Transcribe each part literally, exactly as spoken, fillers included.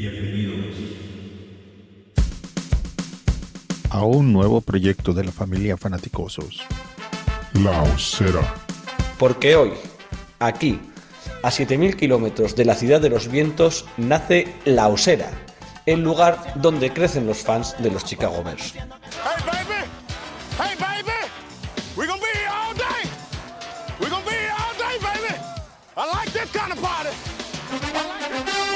Bienvenidos a un nuevo proyecto de la familia Fanaticosos, La Osera. Porque hoy, aquí, a siete mil kilómetros de la ciudad de los vientos, nace La Osera, el lugar donde crecen los fans de los Chicago Bears. Hey baby, hey baby, we're gonna be here all day. We're gonna be here all day, baby. I like this kind of party. I like this kind of party.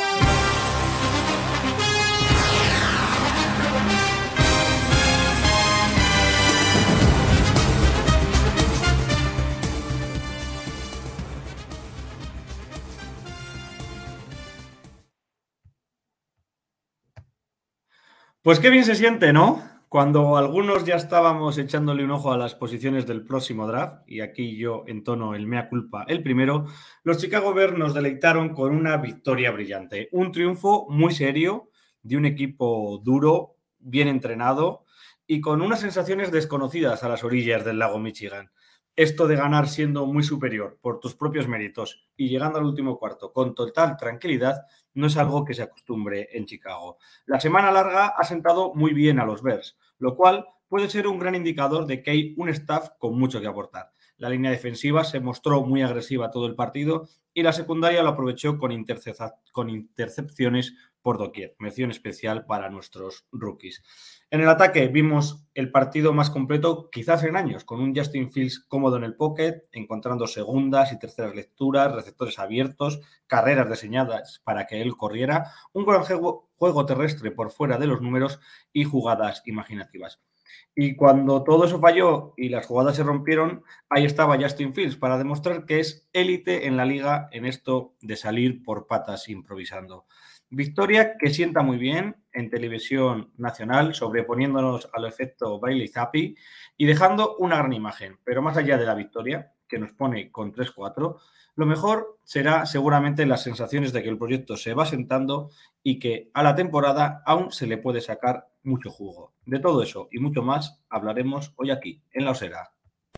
Pues qué bien se siente, ¿no? Cuando algunos ya estábamos echándole un ojo a las posiciones del próximo draft, y aquí yo entono el mea culpa el primero, los Chicago Bears nos deleitaron con una victoria brillante. Un triunfo muy serio de un equipo duro, bien entrenado y con unas sensaciones desconocidas a las orillas del lago Michigan. Esto de ganar siendo muy superior por tus propios méritos y llegando al último cuarto con total tranquilidad no es algo que se acostumbre en Chicago. La semana larga ha sentado muy bien a los Bears, lo cual puede ser un gran indicador de que hay un staff con mucho que aportar. La línea defensiva se mostró muy agresiva todo el partido y la secundaria lo aprovechó con, intercep- con intercepciones por doquier. Mención especial para nuestros rookies. En el ataque vimos el partido más completo quizás en años, con un Justin Fields cómodo en el pocket, encontrando segundas y terceras lecturas, receptores abiertos, carreras diseñadas para que él corriera, un gran juego, juego terrestre por fuera de los números y jugadas imaginativas. Y cuando todo eso falló y las jugadas se rompieron, ahí estaba Justin Fields para demostrar que es élite en la liga en esto de salir por patas improvisando. Victoria que sienta muy bien en televisión nacional, sobreponiéndonos al efecto Bailey Zappi y dejando una gran imagen. Pero más allá de la victoria, que nos pone con tres cuatro, lo mejor será seguramente las sensaciones de que el proyecto se va sentando y que a la temporada aún se le puede sacar mucho jugo. De todo eso y mucho más hablaremos hoy aquí, en La Osera.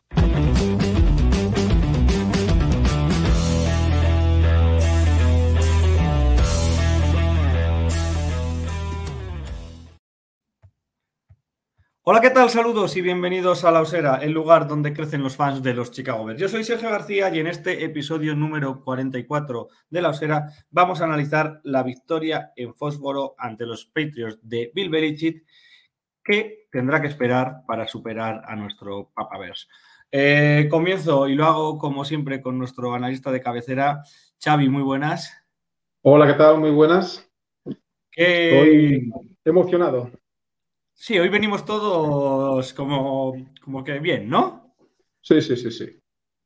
Hola, ¿qué tal? Saludos y bienvenidos a La Osera, el lugar donde crecen los fans de los Chicago Bears. Yo soy Sergio García y en este episodio número cuarenta y cuatro de La Osera vamos a analizar la victoria en Foxboro ante los Patriots de Bill Belichick, que tendrá que esperar para superar a nuestro Papa Bears. Eh, comienzo y lo hago como siempre con nuestro analista de cabecera, Xavi, muy buenas. Hola, ¿qué tal? Muy buenas. ¿Qué... Estoy emocionado. Sí, hoy venimos todos como, como que bien, ¿no? Sí, sí, sí, sí.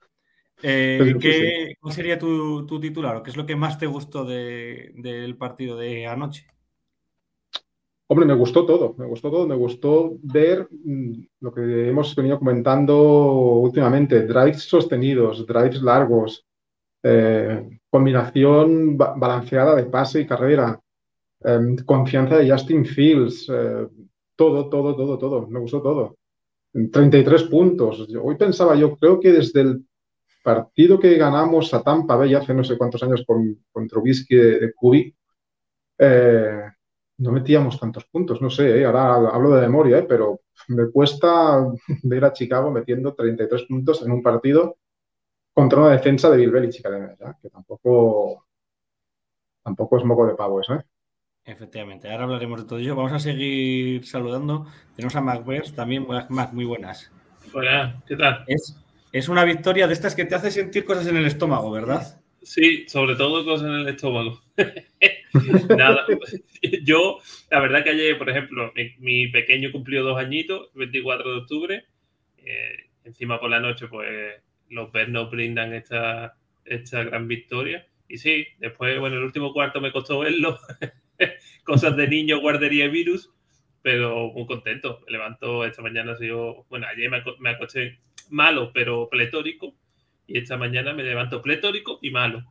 Eh, Sí, ¿qué, sí. ¿Cuál sería tu, tu titular o qué es lo que más te gustó de, del partido de anoche? Hombre, me gustó todo, me gustó todo, me gustó ver mm, lo que hemos venido comentando últimamente, drives sostenidos, drives largos, eh, combinación ba- balanceada de pase y carrera, eh, confianza de Justin Fields, eh, todo, todo, todo, todo, me gustó todo. treinta y tres puntos. Yo- Hoy pensaba, yo creo que desde el partido que ganamos a Tampa Bay hace no sé cuántos años con, con Trubisky de, de Q B, eh, no metíamos tantos puntos, no sé, eh, ahora hablo de memoria, eh, pero me cuesta ver a Chicago metiendo treinta y tres puntos en un partido contra una defensa de Bill Belichick, además, ¿eh? Que tampoco, tampoco es moco de pavo eso, ¿eh? Efectivamente, ahora hablaremos de todo ello. Vamos a seguir saludando. Tenemos a Mac Bears también. Mac, muy buenas. Hola, ¿qué tal? Es, es una victoria de estas que te hace sentir cosas en el estómago, ¿verdad? Sí, sobre todo cosas en el estómago. Nada, yo, la verdad que ayer, por ejemplo, mi, mi pequeño cumplió dos añitos, veinticuatro de octubre. Eh, encima por la noche, pues los Bears nos brindan esta, esta gran victoria. Y sí, después, bueno, el último cuarto me costó verlo. Cosas de niño, guardería y virus. Pero muy contento. Me levanto esta mañana, ha sido, bueno, ayer me, me acosté malo, pero pletórico. Y esta mañana me levanto pletórico y malo.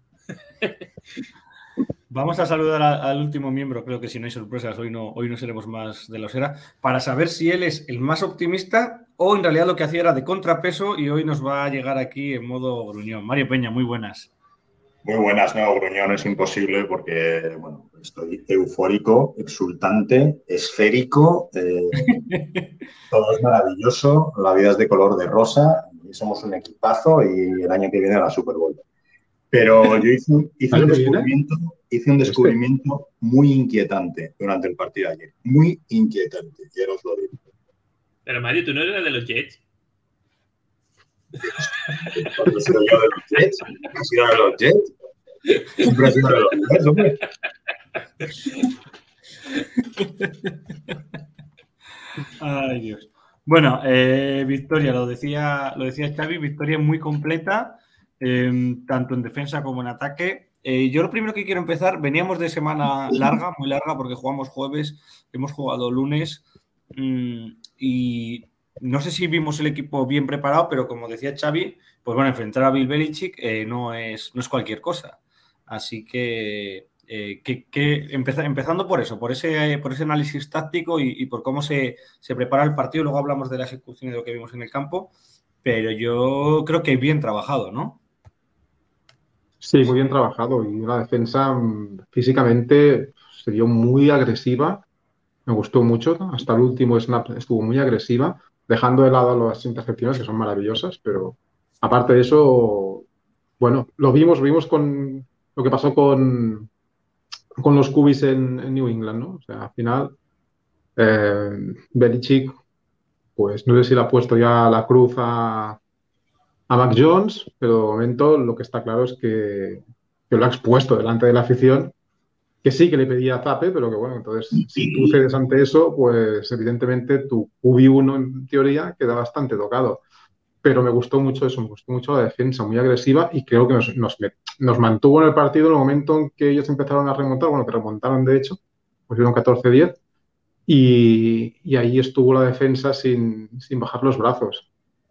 Vamos a saludar a, al último miembro, creo que si no hay sorpresas, hoy no, hoy no seremos más de La Osera, para saber si él es el más optimista o en realidad lo que hacía era de contrapeso y hoy nos va a llegar aquí en modo gruñón. Mario Peña, muy buenas. Muy buenas, no, Gruñón es imposible porque, bueno, estoy eufórico, exultante, esférico, eh, todo es maravilloso, la vida es de color de rosa, y somos un equipazo y el año que viene la Super Bowl. Pero yo hice, un- hice un ¿Año que viene? descubrimiento, hice un Este. descubrimiento muy inquietante durante el partido de ayer, muy inquietante, quiero os lo digo. Pero Mario, ¿tú no eres de los Jets? ¿Cuándo he sido yo de los Jets? ¿He sido de los Jets? Siempre he sido de los Jets, hombre. Ay, Dios. Bueno, eh, victoria, lo decía, lo decía Xavi, victoria muy completa, eh, tanto en defensa como en ataque. Eh, yo lo primero que quiero empezar, veníamos de semana larga, muy larga, porque jugamos jueves, hemos jugado lunes, mmm, y no sé si vimos el equipo bien preparado, pero como decía Xavi, pues bueno, enfrentar a Bill Belichick eh, no, es, no es cualquier cosa. Así que, eh, que, que empeza, empezando por eso, por ese, por ese análisis táctico y, y por cómo se, se prepara el partido, luego hablamos de la ejecución y de lo que vimos en el campo, pero yo creo que bien trabajado, ¿no? Sí, muy bien trabajado y la defensa mm, físicamente se vio muy agresiva, me gustó mucho, hasta el último snap estuvo muy agresiva, dejando de lado las intercepciones que son maravillosas, pero aparte de eso, bueno, lo vimos, lo vimos con lo que pasó con, con los Cubbies en, en New England, ¿no? O sea, al final, eh, Belichick, pues no sé si le ha puesto ya la cruz a, a Mac Jones, pero de momento lo que está claro es que, que lo ha expuesto delante de la afición, que sí que le pedía zape, pero que bueno, entonces si tú cedes ante eso, pues evidentemente tu Q B uno en teoría queda bastante tocado. Pero me gustó mucho eso, me gustó mucho la defensa, muy agresiva y creo que nos, nos, nos mantuvo en el partido en el momento en que ellos empezaron a remontar, bueno, que remontaron de hecho, pusieron catorce diez y, y ahí estuvo la defensa sin, sin bajar los brazos.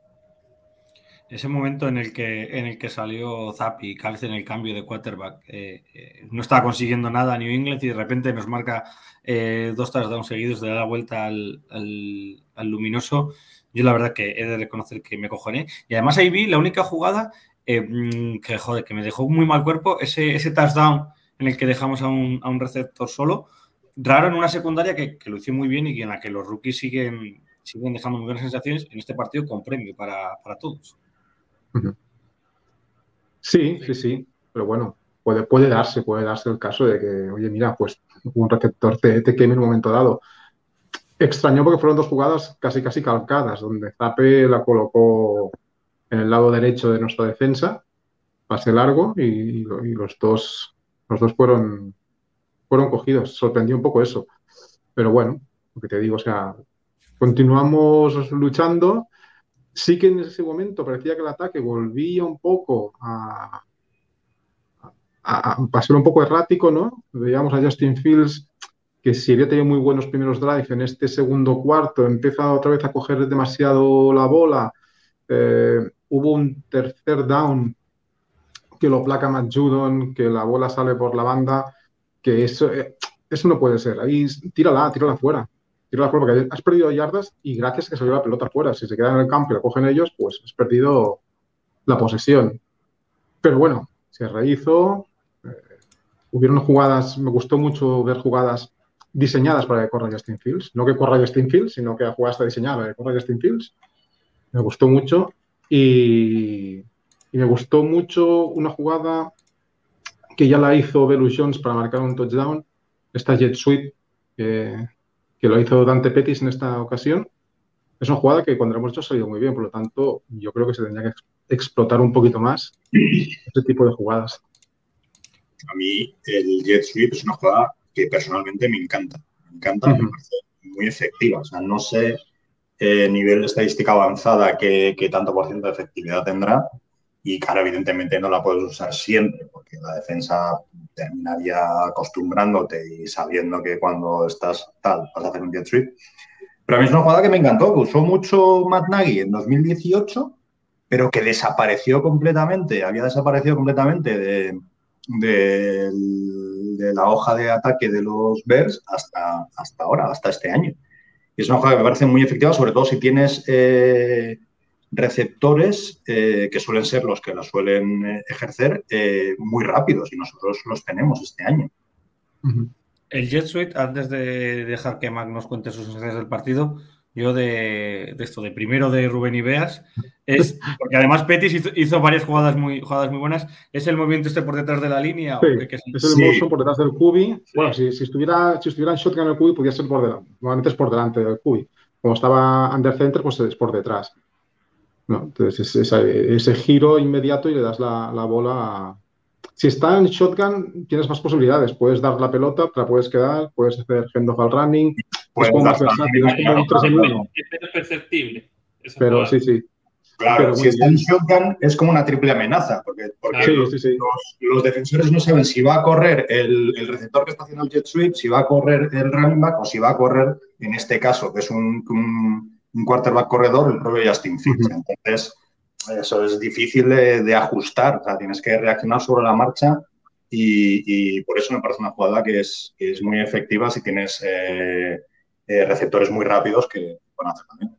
Ese momento en el que, en el que salió Zappi, Calce en el cambio de quarterback, eh, eh, no estaba consiguiendo nada New England y de repente nos marca eh, dos touchdowns seguidos, de dar la vuelta al, al, al luminoso. Yo la verdad que he de reconocer que me cojoné. Y además ahí vi la única jugada eh, que, joder, que me dejó muy mal cuerpo, ese, ese touchdown en el que dejamos a un, a un receptor solo, raro en una secundaria que, que lo hizo muy bien y en la que los rookies siguen, siguen dejando muy buenas sensaciones en este partido con premio para, para todos. Sí, sí, sí, pero bueno, puede, puede darse, puede darse el caso de que, oye, mira, pues un receptor te, te queme en un momento dado. Extrañó porque fueron dos jugadas casi casi calcadas, donde Zappe la colocó en el lado derecho de nuestra defensa, pase largo, y, y los dos, los dos fueron, fueron cogidos. Sorprendió un poco eso. Pero bueno, lo que te digo, o sea, continuamos luchando. Sí que en ese momento parecía que el ataque volvía un poco a, a, a ser un poco errático, ¿no? Veíamos a Justin Fields que si había tenido muy buenos primeros drives, en este segundo cuarto empieza otra vez a coger demasiado la bola. Eh, hubo un tercer down que lo placa Matt Judon, que la bola sale por la banda, que eso, eh, eso no puede ser. Ahí tírala, tírala fuera. Tírala fuera porque has perdido yardas y gracias a que salió la pelota fuera. Si se queda en el campo y la cogen ellos, pues has perdido la posesión. Pero bueno, se rehizo. Eh, hubieron jugadas, me gustó mucho ver jugadas diseñadas para que corra Justin Fields. No que corra Justin Fields, sino que la jugada está diseñada para que corra Justin Fields. Me gustó mucho y, y me gustó mucho una jugada que ya la hizo Velus Jones para marcar un touchdown, esta jet sweep que, que lo hizo Dante Pettis en esta ocasión. Es una jugada que cuando la hemos hecho ha salido muy bien, por lo tanto yo creo que se tendría que ex explotar un poquito más este tipo de jugadas. A mí el jet sweep es una jugada que personalmente me encanta. Me encanta, uh-huh. Me parece muy efectiva. O sea, no sé eh, nivel de estadística avanzada qué, qué tanto por ciento de efectividad tendrá. Y claro, evidentemente no la puedes usar siempre, porque la defensa terminaría acostumbrándote y sabiendo que cuando estás tal vas a hacer un jet sweep. Pero a mí es una jugada que me encantó, que usó mucho Matt Nagy en dos mil dieciocho, pero que desapareció completamente, había desaparecido completamente de, de, de la hoja de ataque de los Bears hasta, hasta ahora, hasta este año. Y es una jugada que me parece muy efectiva, sobre todo si tienes... Eh, receptores eh, que suelen ser los que la suelen eh, ejercer eh, muy rápidos y nosotros los tenemos este año. Uh-huh. El Jet Suite, antes de dejar que Mac nos cuente sus sensaciones del partido, yo de, de esto, de primero de Rubén Ibeas, es, porque además Pettis hizo, hizo varias jugadas muy, jugadas muy buenas, ¿es el movimiento este por detrás de la línea? Sí, ¿o qué, qué es? es el sí. motion por detrás del cubi. Sí. Bueno, si, si, estuviera, si estuviera en shotgun el cubi, podría ser por delante. Normalmente es por delante del cubi. Como estaba under center, pues es por detrás. No, entonces es, es, ese giro inmediato y le das la, la bola a... Si está en shotgun, tienes más posibilidades. Puedes dar la pelota, te la puedes quedar, puedes hacer hand off al running. Puedes es como dar más versátil, es como un tres en uno. Es perceptible. Pero sí, sí. Claro, Pero si muy está bien. en shotgun es como una triple amenaza, porque, porque Sí, los, sí, sí. Los, los defensores no saben si va a correr el, el receptor que está haciendo el jet sweep, si va a correr el running back o si va a correr, en este caso, que es un, un, un quarterback corredor, el propio Justin Fields. Uh-huh. Entonces, eso es difícil de, de ajustar, o sea, tienes que reaccionar sobre la marcha y, y por eso me parece una jugada que es, que es muy efectiva si tienes eh, eh, receptores muy rápidos que pueden hacer también.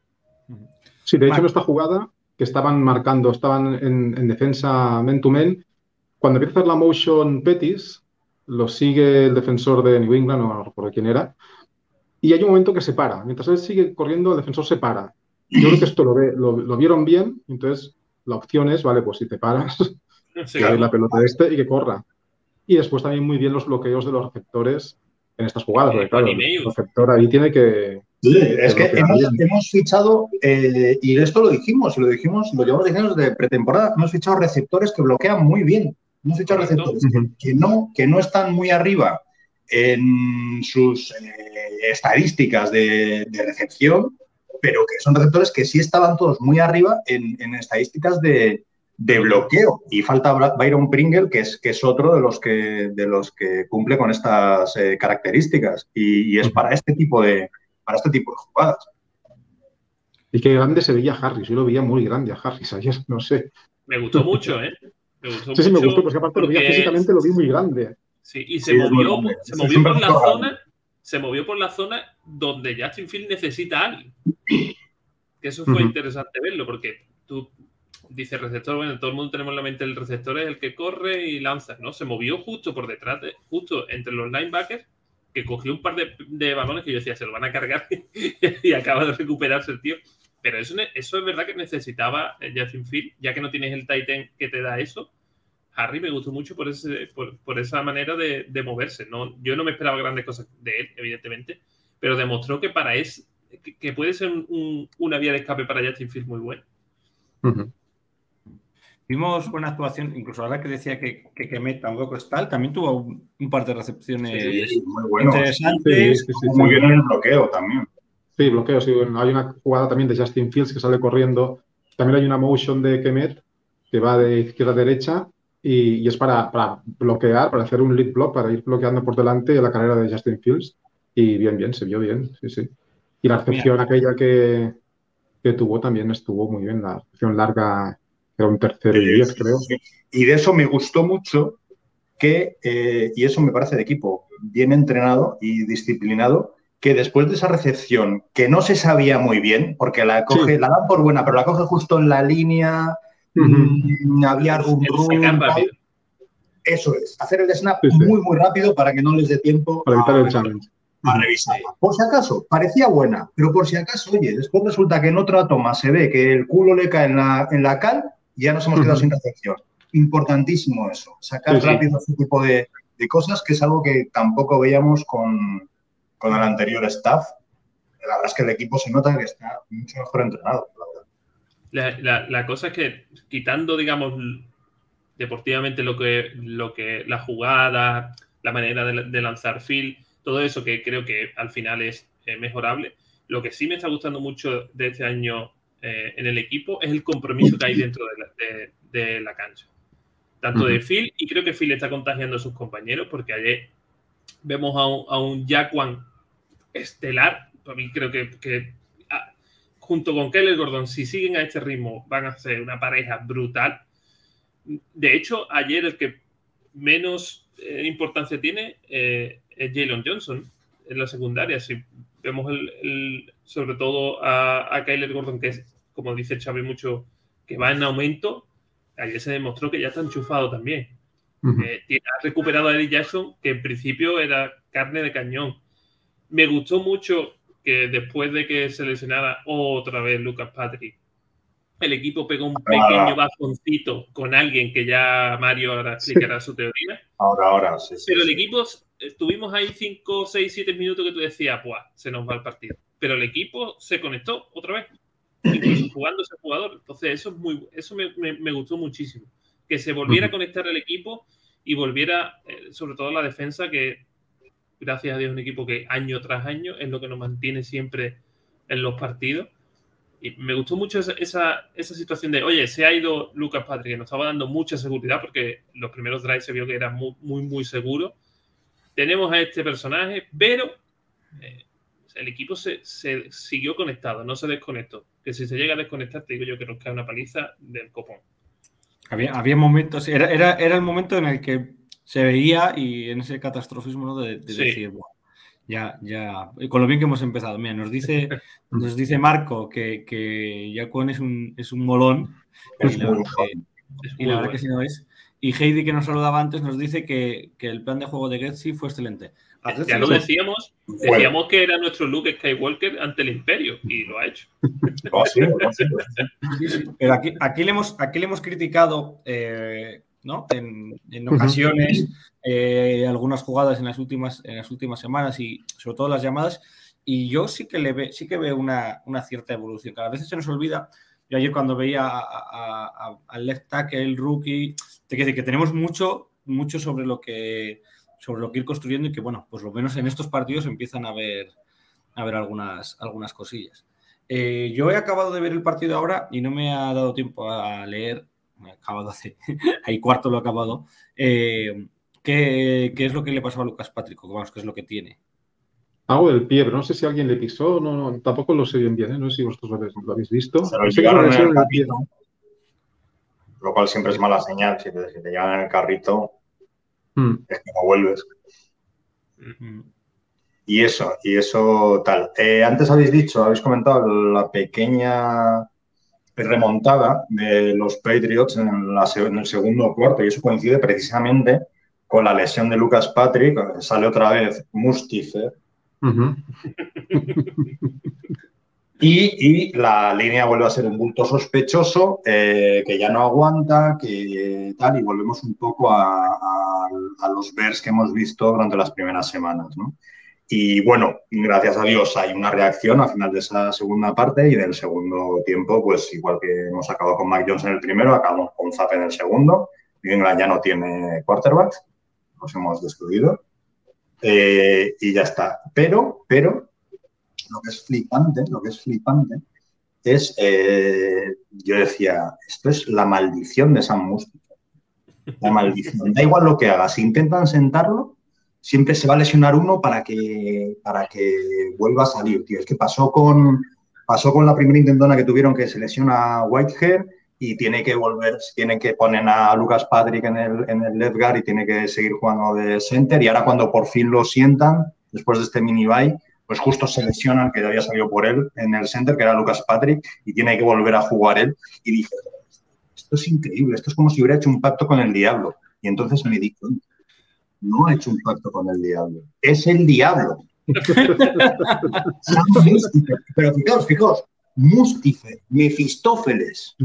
Sí, de hecho, en esta jugada que estaban marcando, estaban en, en defensa man-to-man, cuando empieza a hacer la motion Pettis, lo sigue el defensor de New England, no recuerdo quién era, y hay un momento que se para. Mientras él sigue corriendo, el defensor se para. Yo creo que esto lo, ve, lo, lo vieron bien, entonces la opción es, vale, pues si te paras, sí, que la pelota de este y que corra. Y después también muy bien los bloqueos de los receptores en estas jugadas, porque claro, el receptor ahí tiene que... Sí, es que hemos, hemos fichado, eh, y esto lo dijimos, lo dijimos, lo llevamos diciendo desde pretemporada, hemos fichado receptores que bloquean muy bien. Hemos fichado receptores uh-huh. que, que, no, que no están muy arriba en sus eh, estadísticas de, de recepción, pero que son receptores que sí estaban todos muy arriba en, en estadísticas de, de bloqueo. Y falta Byron Pringle, que es, que es otro de los que, de los que cumple con estas eh, características. Y, y es para este tipo de... para este tipo de jugadas. Y qué grande se veía Harris. Yo lo veía muy grande a Harris ayer, no sé. Me gustó mucho, ¿eh? Me gustó sí, sí, mucho me gustó, porque aparte lo veía físicamente, lo vi muy grande. Sí, y se sí, movió, se movió por la zona, se movió por la zona donde Justin Fields necesita a alguien. Que eso fue uh-huh. interesante verlo, porque tú dices receptor, bueno, todo el mundo tenemos en la mente el receptor es el que corre y lanza, ¿no? Se movió justo por detrás, de, justo entre los linebackers, que cogió un par de, de balones que yo decía, se lo van a cargar y acaba de recuperarse el tío. Pero eso, eso es verdad que necesitaba Justin Fields, ya que no tienes el tight end que te da eso. Harry me gustó mucho por, ese, por, por esa manera de, de moverse. No, yo no me esperaba grandes cosas de él, evidentemente, pero demostró que para es, que, que puede ser un, una vía de escape para Justin Fields muy buena. Uh-huh. Vimos buena actuación, incluso ahora que decía que, que, que Meta un poco tal, también tuvo un, un par de recepciones sí, muy bueno. interesantes. Sí, sí, sí, muy bien en el bloqueo también. Sí, bloqueo, sí. Hay una jugada también de Justin Fields que sale corriendo. También hay una motion de Kemet que va de izquierda a derecha y, y es para, para bloquear, para hacer un lead block, para ir bloqueando por delante de la carrera de Justin Fields. Y bien, bien, se vio bien, sí, sí. Y la recepción Mira. aquella que, que tuvo también estuvo muy bien, la recepción larga. Era un tercero y diez, creo. Y de eso me gustó mucho que, eh, y eso me parece de equipo bien entrenado y disciplinado, que después de esa recepción, que no se sabía muy bien, porque la coge, sí. la dan por buena, pero la coge justo en la línea, uh-huh. mmm, había rum, rum, eso es, hacer el snap sí, sí. muy, muy rápido para que no les dé tiempo para evitar a, el challenge. a revisarla. Por si acaso, parecía buena, pero por si acaso, oye, después resulta que en otra toma se ve que el culo le cae en la, en la cal, ya nos hemos quedado uh-huh. sin recepción. Importantísimo eso, sacar sí, rápido sí. ese tipo de, de cosas, que es algo que tampoco veíamos con, con el anterior staff. La verdad es que el equipo se nota que está mucho mejor entrenado. La, la, la cosa es que, quitando, digamos, deportivamente lo que, lo que la jugada, la manera de, de lanzar field, todo eso que creo que al final es eh, mejorable, lo que sí me está gustando mucho de este año Eh, en el equipo es el compromiso que hay dentro de la, de, de la cancha, tanto uh-huh. de Phil, y creo que Phil está contagiando a sus compañeros, porque ayer vemos a un, a un Jaquan estelar. Para mí creo que, que a, junto con Kyler Gordon, si siguen a este ritmo, van a ser una pareja brutal. De hecho, ayer el que menos eh, importancia tiene eh, es Jalen Johnson en la secundaria. Si vemos el, el, sobre todo a, a Kyler Gordon, que es como dice Xavi mucho, que va en aumento, ayer se demostró que ya está enchufado también. Uh-huh. Eh, ha recuperado a Eddie Jackson, que en principio era carne de cañón. Me gustó mucho que después de que se lesionara otra vez Lucas Patrick, el equipo pegó un pequeño ah. bajoncito con alguien que ya Mario ahora explicará sí. su teoría. Ahora, ahora, sí. sí Pero el sí. equipo, estuvimos ahí cinco, seis, siete minutos que tú decías, pues se nos va el partido. Pero el equipo se conectó otra vez, incluso jugando ese jugador. Entonces eso es muy, eso me, me, me gustó muchísimo. Que se volviera uh-huh. a conectar el equipo y volviera, eh, sobre todo la defensa, que gracias a Dios es un equipo que año tras año es lo que nos mantiene siempre en los partidos. Y me gustó mucho esa, esa, esa situación de, oye, se ha ido Lucas Patrick, que nos estaba dando mucha seguridad porque los primeros drives se vio que era muy, muy, muy seguro. Tenemos a este personaje, pero eh, el equipo se, se siguió conectado, no se desconectó. Que si se llega a desconectar, te digo yo que nos cae una paliza del copón. Había, había momentos, era, era, era el momento en el que se veía y en ese catastrofismo, ¿no? de, de sí. decir, bueno, ya, ya, con lo bien que hemos empezado. Mira, nos dice, nos dice Marco que, que Jacon es un, es un molón. Es y la, muy que, y la verdad que sí no es. Y Heidi, que nos saludaba antes, nos dice que, que el plan de juego de Getsy fue excelente. Ya lo decíamos, decíamos bueno. que era nuestro Luke Skywalker ante el Imperio y lo ha hecho. Oh, sí, oh, sí, sí, sí. Pero aquí, aquí, le hemos, aquí le hemos criticado, eh, ¿no? En, en ocasiones, uh-huh. eh, algunas jugadas en las últimas, en las últimas semanas y sobre todo las llamadas. Y yo sí que le ve, sí que veo una, una cierta evolución. Cada vez se nos olvida. Yo ayer cuando veía a, a, a, al left tackle, el rookie, te quiero decir que tenemos mucho, mucho sobre lo que sobre lo que ir construyendo y que, bueno, pues lo menos en estos partidos empiezan a ver, a ver algunas, algunas cosillas. Eh, yo he acabado de ver el partido ahora y no me ha dado tiempo a leer, me he acabado hace, ahí cuarto lo he acabado, eh, ¿qué, qué es lo que le pasó a Lucas Patrick? Vamos, ¿qué es lo que tiene? Algo del pie, pero no sé si alguien le pisó, no, no, tampoco lo sé bien bien, ¿eh? No sé si vosotros lo habéis visto. Se lo llevaron en el carrito, lo cual siempre es mala señal, si te, si te llevan en el carrito, hmm. es que no vuelves. Hmm. Y eso, y eso tal. Eh, antes habéis dicho, habéis comentado la pequeña remontada de los Patriots en, la, en el segundo cuarto, y eso coincide precisamente con la lesión de Lucas Patrick, sale otra vez Mustifer. Uh-huh. y, y la línea vuelve a ser un bulto sospechoso, eh, que ya no aguanta, que tal, y volvemos un poco a, a, a los Bears que hemos visto durante las primeras semanas, ¿no? Y bueno, gracias a Dios hay una reacción al final de esa segunda parte y del segundo tiempo, pues igual que hemos acabado con Mac Jones en el primero, acabamos con Zapp en el segundo. England ya no tiene quarterback, nos hemos destruido. Eh, y ya está. Pero, pero, lo que es flipante, lo que es flipante es, eh, yo decía, esto es la maldición de Sam Mustifer. La maldición. Da igual lo que haga, si intentan sentarlo, siempre se va a lesionar uno para que, para que vuelva a salir, tío. Es que pasó con, pasó con la primera intentona que tuvieron, que se lesiona Whitehair y tiene que volver, tiene que poner a Lucas Patrick en el, en el left guard y tiene que seguir jugando de center. Y ahora cuando por fin lo sientan, después de este mini bye, pues justo se lesiona el que había salido por él en el center, que era Lucas Patrick, y tiene que volver a jugar él. Y dije, esto es increíble, esto es como si hubiera hecho un pacto con el diablo. Y entonces me di cuenta. No ha hecho un pacto con el diablo. Es el diablo. Pero fijaos, fijaos. Mustifer, Mefistófeles.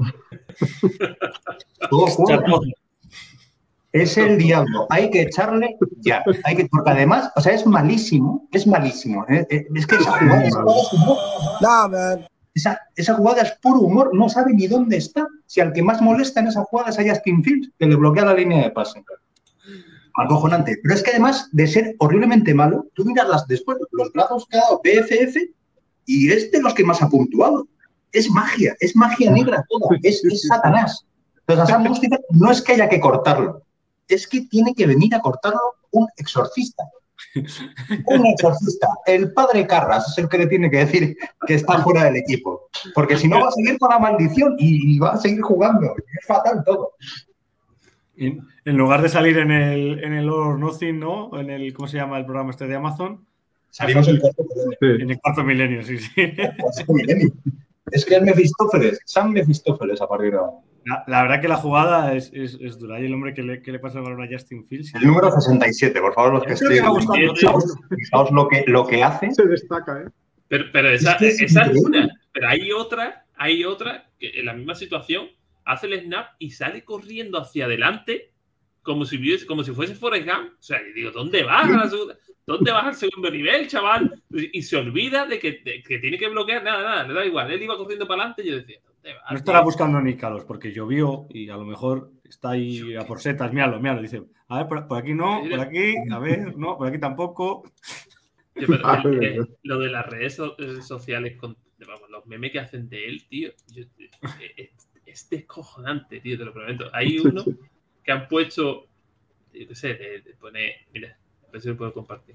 Todo juego. Es el diablo. Hay que echarle ya. Hay que, porque además, o sea, es malísimo. Es malísimo. Es, es que esa jugada, esa jugada es humor. No, man. Esa, esa jugada es puro humor. No sabe ni dónde está. Si al que más molesta en esa jugada es a Justin Fields, que le bloquea la línea de pase. Acojonante. Pero es que además de ser horriblemente malo, tú miras las, después los brazos que ha dado P F F y es de los que más ha puntuado. Es magia, es magia negra toda, es, es Satanás. Entonces a Sam Mustifer no es que haya que cortarlo, es que tiene que venir a cortarlo un exorcista. Un exorcista. El padre Carras es el que le tiene que decir que está fuera del equipo. Porque si no va a seguir con la maldición y, y va a seguir jugando. Es fatal todo. En, en lugar de salir en el, en el All or Nothing, ¿no? En el, ¿cómo se llama el programa este de Amazon? Salimos en el cuarto milenio. En el cuarto milenio, sí, sí. El cuarto milenio. Es que es Mefistófeles, San Mefistófeles a partir de ahora. La, la verdad que la jugada es, es, es dura. Y el hombre que le, que le pasa el balón a Justin Fields. El número sesenta y siete, por favor, los que estén. Fijaos, fijaos lo que, lo que hace. Se destaca, ¿eh? Pero, pero esa, Es que es esa es increíble. una. Pero hay otra, hay otra que en la misma situación hace el snap y sale corriendo hacia adelante como si, viese- como si fuese Forrest Gump. O sea, yo digo, ¿dónde vas? a la segunda- ¿Dónde vas al segundo nivel, chaval? Y se olvida de que, de que tiene que bloquear. Nada, nada, le da igual. Él iba corriendo para adelante y yo decía, ¿dónde vas? No estará buscando ni Carlos porque llovió y a lo mejor está ahí a por setas. Míralo, míralo. Dice, a ver, por, por aquí no, por aquí, a ver, no, por aquí tampoco. Tío, pero Ah, el- sí, eh, sí. lo de las redes so- eh, sociales, con, vamos, los memes que hacen de él, tío, yo- eh, es, es descojonante, tío, te lo prometo. Hay uno que han puesto, yo qué sé, de, de poner, mira, a ver si lo puedo compartir.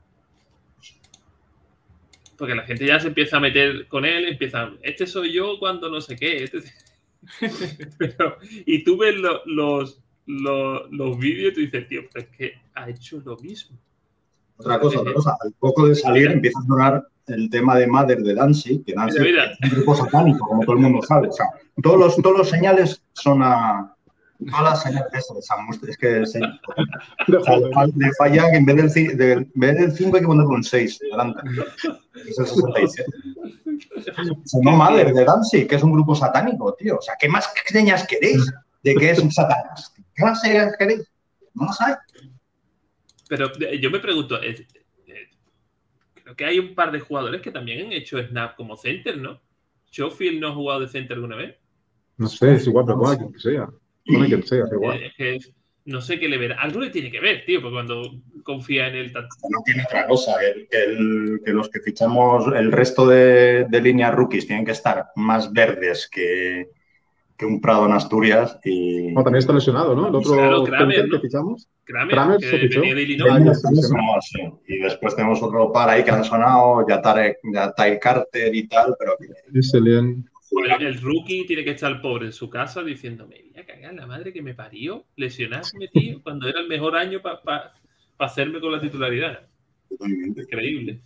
Porque la gente ya se empieza a meter con él, empiezan, este soy yo cuando no sé qué. Este... Pero, y tú ves lo- los, los, los vídeos y tú dices, tío, pero es que ha hecho lo mismo. Otra cosa, otra cosa. Al poco de salir empieza a sonar el tema de Mother de Danzig, que Danzig Mira, mira. es un grupo satánico, como todo el mundo sabe. O sea, todos los, todos los señales son a... Todas las señales de eso, de San Must- es que se- De o sea, le joder. fa- le falla que en vez del, ci- del- en vez del cinco hay que ponerle un seis delante. Es el sesenta y siete. Se llama Mother de Danzig, que es un grupo satánico, tío. O sea, ¿qué más señas queréis de que es un Satanás? ¿Qué más señas queréis? No las hay. Pero eh, yo me pregunto, eh, eh, creo que hay un par de jugadores que también han hecho snap como center, ¿no? Schofield no ha jugado de center alguna vez. No sé, es igual, pero pone quien sea. Pone quien sea, es igual. Eh, es que no sé qué le verá. Algo le tiene que ver, tío, porque cuando confía en él tanto. No tiene otra cosa, que, que el- que los que fichamos, el resto de, de líneas rookies tienen que estar más verdes que, que un Prado en Asturias y... No, también está lesionado, ¿no? El otro Claro, Kramer, center ¿no? que fichamos. Kramer, Kramer que se fichó. venía de y Illinois. Ah, ya está después, lesionado. no, sí. Y después tenemos otro par ahí que han sonado, Yatar, Yatai Carter y tal, pero que Ese Lien. El, el rookie tiene que estar pobre en su casa diciendo, me voy a cagar la madre que me parió, lesionarme, tío, cuando era el mejor año para pa, pa hacerme con la titularidad. totalmente. Increíble.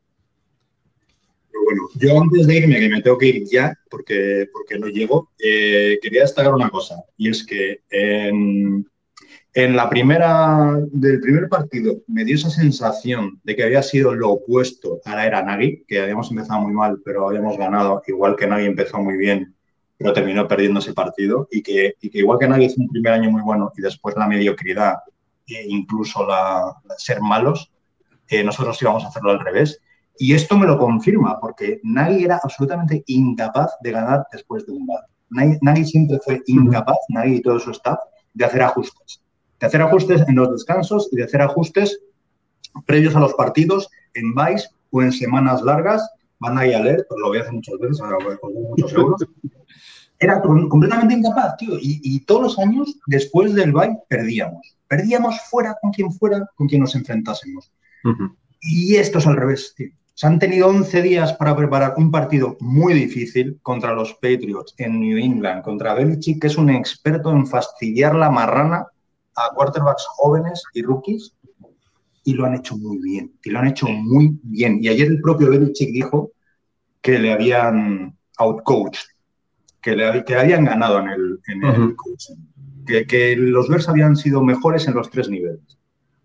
Pero bueno, yo antes de irme, que me tengo que ir ya, porque, porque no llego, eh, quería destacar una cosa, y es que en, en la primera, del primer partido me dio esa sensación de que había sido lo opuesto a la era Nagy, que habíamos empezado muy mal, pero habíamos ganado, igual que Nagy empezó muy bien, pero terminó perdiendo ese partido, y que, y que igual que Nagy hizo un primer año muy bueno y después la mediocridad e incluso la, la ser malos, eh, nosotros íbamos a hacerlo al revés. Y esto me lo confirma, porque Nagy era absolutamente incapaz de ganar después de un bar. Nagy, Nagy siempre fue incapaz, Nagy y todo su staff, de hacer ajustes. De hacer ajustes en los descansos y de hacer ajustes previos a los partidos, en buys o en semanas largas. Van ahí a leer, pues lo voy a hacer muchas veces, ahora voy a poner muchos euros. Era com- completamente incapaz, tío. Y, y todos los años, después del buy, perdíamos. Perdíamos fuera con quien fuera, con quien nos enfrentásemos. Ujú. Y esto es al revés, tío. Se han tenido once días para preparar un partido muy difícil contra los Patriots en New England, contra Belichick, que es un experto en fastidiar la marrana a quarterbacks jóvenes y rookies, y lo han hecho muy bien, y lo han hecho muy bien. Y ayer el propio Belichick dijo que le habían outcoached, que le que habían ganado en el, en el Ujú. coaching, que, que los Bears habían sido mejores en los tres niveles.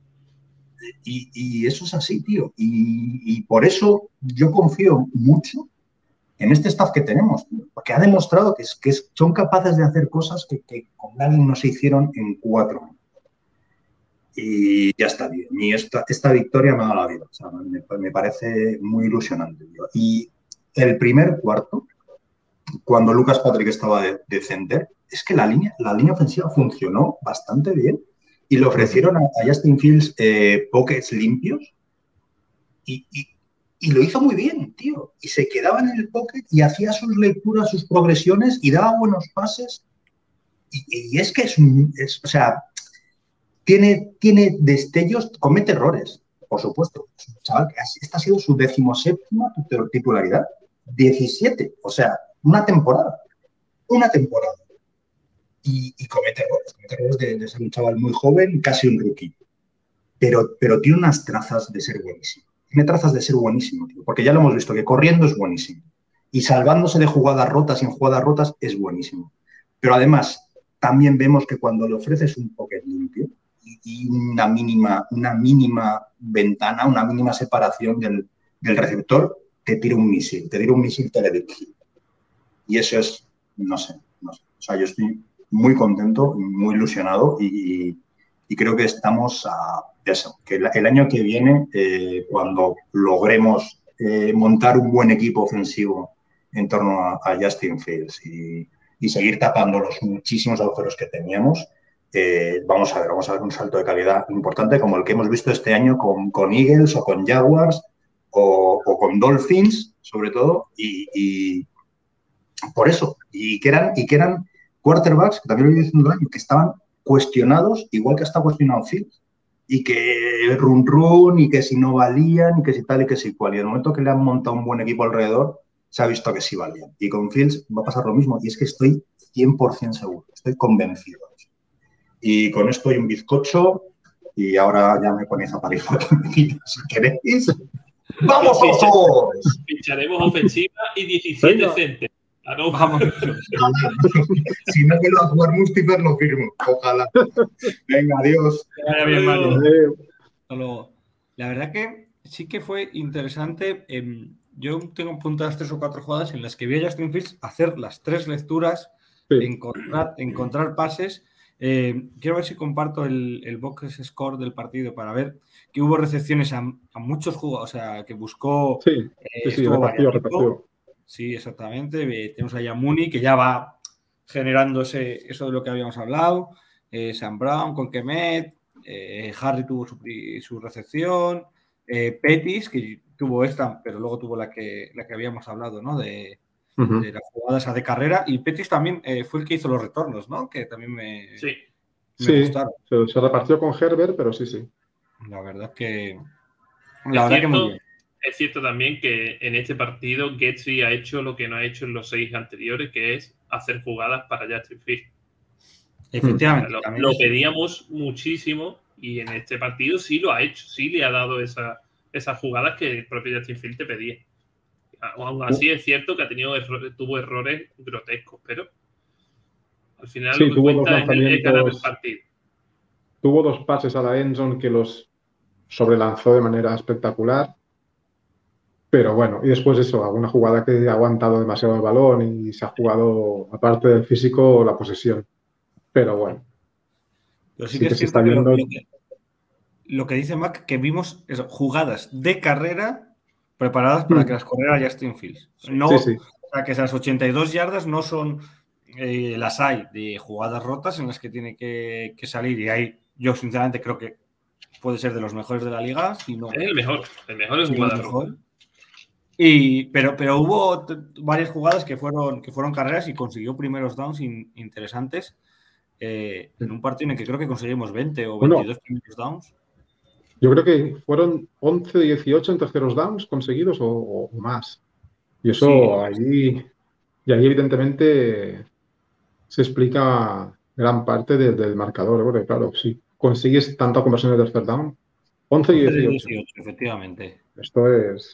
Y, y eso es así, tío. Y, y por eso yo confío mucho en este staff que tenemos, tío, porque ha demostrado que, es, que es- son capaces de hacer cosas que, que con nadie no se hicieron en cuatro años. Y ya está bien. Y esta, esta victoria me ha dado la vida. O sea, me, me parece muy ilusionante, tío. Y el primer cuarto, cuando Lucas Patrick estaba de, de center, es que la línea, la línea ofensiva funcionó bastante bien. Y le ofrecieron a, a Justin Fields eh, pockets limpios y, y, y lo hizo muy bien, tío. Y se quedaba en el pocket y hacía sus lecturas, sus progresiones y daba buenos pases. Y, y es que es, un- es o sea, tiene, tiene destellos, comete errores, por supuesto. Es un chaval que ha- esta ha sido su decimoséptima titu- titularidad. diecisiete, o sea, una temporada. Una temporada. Y, y comete errores, comete errores de, de ser un chaval muy joven, casi un rookie. Pero, pero tiene unas trazas de ser buenísimo. Tiene trazas de ser buenísimo, tío, porque ya lo hemos visto, que corriendo es buenísimo. y salvándose de jugadas rotas y en jugadas rotas es buenísimo. Pero además, también vemos que cuando le ofreces un pocket limpio y, y una mínima, una mínima ventana, una mínima separación del, del receptor, te tira un misil, te tira un misil teledirigido. Y eso es, no sé, no sé. O sea, yo estoy muy contento, muy ilusionado y, y creo que estamos a eso, que el, el año que viene, eh, cuando logremos eh, montar un buen equipo ofensivo en torno a, a Justin Fields y, y seguir tapando los muchísimos agujeros que teníamos, eh, vamos a ver, vamos a ver un salto de calidad importante como el que hemos visto este año con, con Eagles o con Jaguars o, o con Dolphins, sobre todo, y, y por eso, y que eran, y que eran quarterbacks, que también lo he diciendo el año, que estaban cuestionados, igual que está cuestionado Fields, y que run run, y que si no valían, y que si tal y que si cual. Y en el momento que le han montado un buen equipo alrededor, se ha visto que sí valían. Y con Fields va a pasar lo mismo, y es que estoy cien por ciento seguro, estoy convencido. Y con esto hay un bizcocho, y ahora ya me ponéis a parir si queréis. ¡Vamos, osos! Ficharemos ofensiva y diecisiete centes. Ah, no, vamos. Si no me lo va a jugar Mustifer, lo firmo. Ojalá. Venga, adiós. Vaya bien, Mario. Solo, la verdad que sí que fue interesante. Eh, yo tengo apuntadas tres o cuatro jugadas en las que vi a Justin Fields hacer las tres lecturas, sí. encontrar, encontrar pases. Eh, quiero ver si comparto el, el box score del partido para ver que hubo recepciones a, a muchos jugadores, o sea, que buscó... Sí, eh, sí, sí repartió, repartió. Sí, exactamente. Eh, tenemos a Yamuni, que ya va generando ese, eso de lo que habíamos hablado. Eh, Sam Brown con Kemet. Eh, Harry tuvo su, su recepción. Eh, Pettis, que tuvo esta, pero luego tuvo la que, la que habíamos hablado, ¿no? De, uh-huh. de las jugadas de carrera. Y Pettis también eh, fue el que hizo los retornos, ¿no? Que también me, sí. me sí, gustaron. Se, se repartió con Herbert, pero sí, sí. La verdad que... La es verdad cierto, que muy bien. Es cierto también que en este partido Getsy ha hecho lo que no ha hecho en los seis anteriores, que es hacer jugadas para Justin Fields. Efectivamente. Lo, lo pedíamos muchísimo y en este partido sí lo ha hecho, sí le ha dado esa, esas jugadas que el propio Justin Fields te pedía. Aún así es cierto que ha tenido errores, tuvo errores grotescos, pero al final sí, lo que tuvo cuenta es el, el ganar el partido. Tuvo dos pases a la endzone que los sobrelanzó de manera espectacular. Pero bueno, y después eso, alguna jugada que ha aguantado demasiado el balón y se ha jugado, aparte del físico, la posesión. Pero bueno. Pero sí, sí que, que es cierto que viendo... lo, que lo que dice Mac, que vimos eso, jugadas de carrera preparadas para mm. que las corriera Justin Fields. No, sí, sí. O sea, que esas ochenta y dos yardas no son, eh, las hay de jugadas rotas en las que tiene que, que salir. Y ahí yo sinceramente creo que puede ser de los mejores de la liga. Si no, es el mejor, el mejor es sí, jugada rota. Y, pero, pero hubo t- varias jugadas que fueron, que fueron carreras y consiguió primeros downs in, interesantes eh, en un partido en el que creo que conseguimos veinte o veintidós bueno, primeros downs. Yo creo que fueron once o dieciocho en terceros downs conseguidos o, o, o más. Y eso sí. ahí, y ahí evidentemente se explica gran parte de, del marcador, porque claro, si consigues tanta conversión de tercer down, once y dieciocho. dieciocho, efectivamente. Esto es...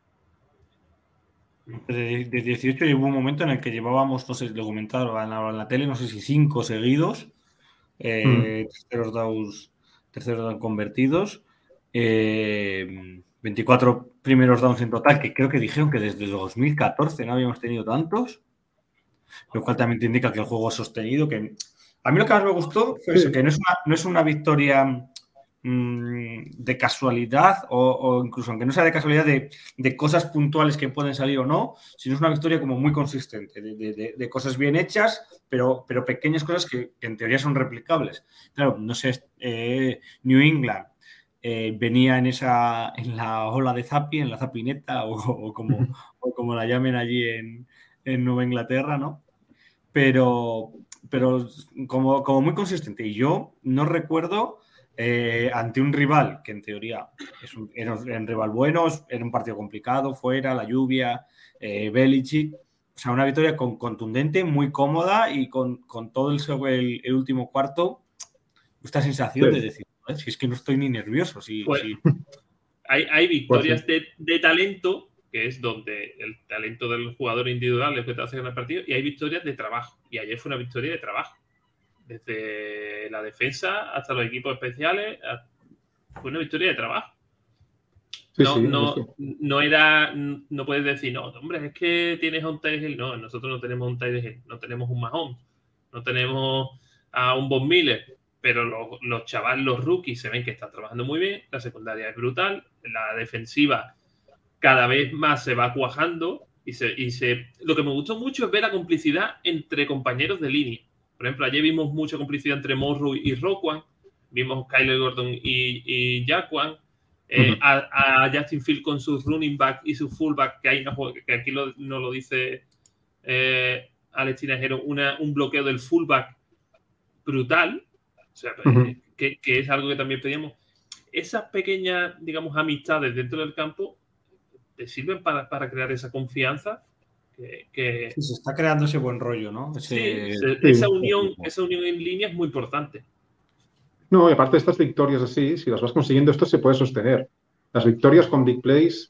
De, de dieciocho y hubo un momento en el que llevábamos, no sé, lo comentaron en la, en la tele, no sé si cinco seguidos, eh, mm. terceros downs, terceros downs convertidos, eh, veinticuatro primeros downs en total, que creo que dijeron que desde dos mil catorce no habíamos tenido tantos, lo cual también te indica que el juego es sostenido. Que a mí lo que más me gustó fue sí. eso, que no es una, no es una victoria de casualidad o, o incluso aunque no sea de casualidad de, de cosas puntuales que pueden salir o no, sino es una victoria como muy consistente de, de, de cosas bien hechas, pero, pero pequeñas cosas que, que en teoría son replicables. Claro, no sé, eh, New England eh, venía en esa en la ola de Zappi, en la Zapineta o, o, como, o como la llamen allí en, en Nueva Inglaterra, ¿no? Pero, pero como, como muy consistente. Y yo no recuerdo Eh, ante un rival que en teoría es un, era un rival bueno, era un partido complicado, fuera, la lluvia, eh, Belichick, o sea, una victoria con, contundente, muy cómoda y con, con todo el, el, el último cuarto, esta sensación sí. de decir, ¿eh? Si es que no estoy ni nervioso. Si, pues, si... Hay, hay victorias pues sí. de, de talento, que es donde el talento del jugador individual es lo que te hace ganar partido, y hay victorias de trabajo. Y ayer fue una victoria de trabajo. Desde la defensa hasta los equipos especiales, fue una victoria de trabajo. Sí, no, sí, no, sí. no era, no puedes decir, no, hombre, es que tienes a un Tyreek Hill. No, nosotros no tenemos un Tyreek Hill, no tenemos un Mahomes, no tenemos a un Von Miller, pero los, los chavales, los rookies, se ven que están trabajando muy bien, la secundaria es brutal, la defensiva cada vez más se va cuajando y se, y se... Lo que me gustó mucho es ver la complicidad entre compañeros de línea. Por ejemplo, ayer vimos mucha complicidad entre Morrow y Roquan, vimos Kyler Gordon y, y Jaquan, eh, uh-huh. a, a Justin Fields con sus running back y su fullback, que, hay una, que aquí lo, no lo dice eh, Alex Tinajero, una, un bloqueo del fullback brutal, o sea, uh-huh. que, que es algo que también pedíamos. Esas pequeñas, digamos, amistades dentro del campo te sirven para, para crear esa confianza que, que... Sí, se está creando ese buen rollo, ¿no? Ese... Sí, se, esa unión, esa unión en línea es muy importante. No, y aparte de estas victorias así, si las vas consiguiendo, esto se puede sostener. Las victorias con big plays,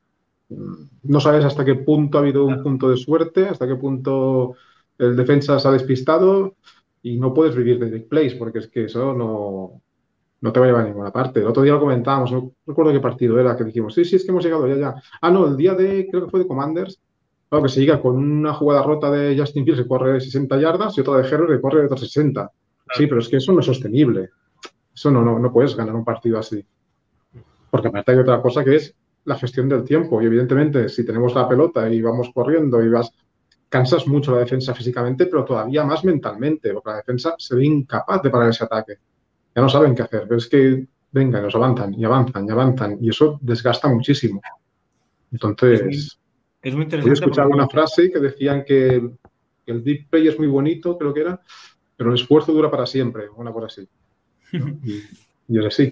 no sabes hasta qué punto ha habido un punto de suerte, hasta qué punto el defensa se ha despistado, y no puedes vivir de big plays, porque es que eso no, no te va a llevar a ninguna parte. El otro día lo comentábamos, no recuerdo qué partido era, que dijimos, sí, sí, es que hemos llegado ya, ya. Ah, no, el día de, creo que fue de Commanders, claro, que se llega con una jugada rota de Justin Fields que corre sesenta yardas y otra de Herbert que corre de otras sesenta. Sí, pero es que eso no es sostenible. Eso no, no, no puedes ganar un partido así. Porque aparte hay otra cosa que es la gestión del tiempo. Y evidentemente, si tenemos la pelota y vamos corriendo y vas, cansas mucho la defensa físicamente, pero todavía más mentalmente, porque la defensa se ve incapaz de parar ese ataque. Ya no saben qué hacer. Pero es que, venga, nos avanzan y avanzan y avanzan. Y eso desgasta muchísimo. Entonces, es muy, es muy interesante. He escuchado porque... una frase que decían que el, el big play es muy bonito, creo que era, pero el esfuerzo dura para siempre, una cosa así. ¿No? Y, y es así.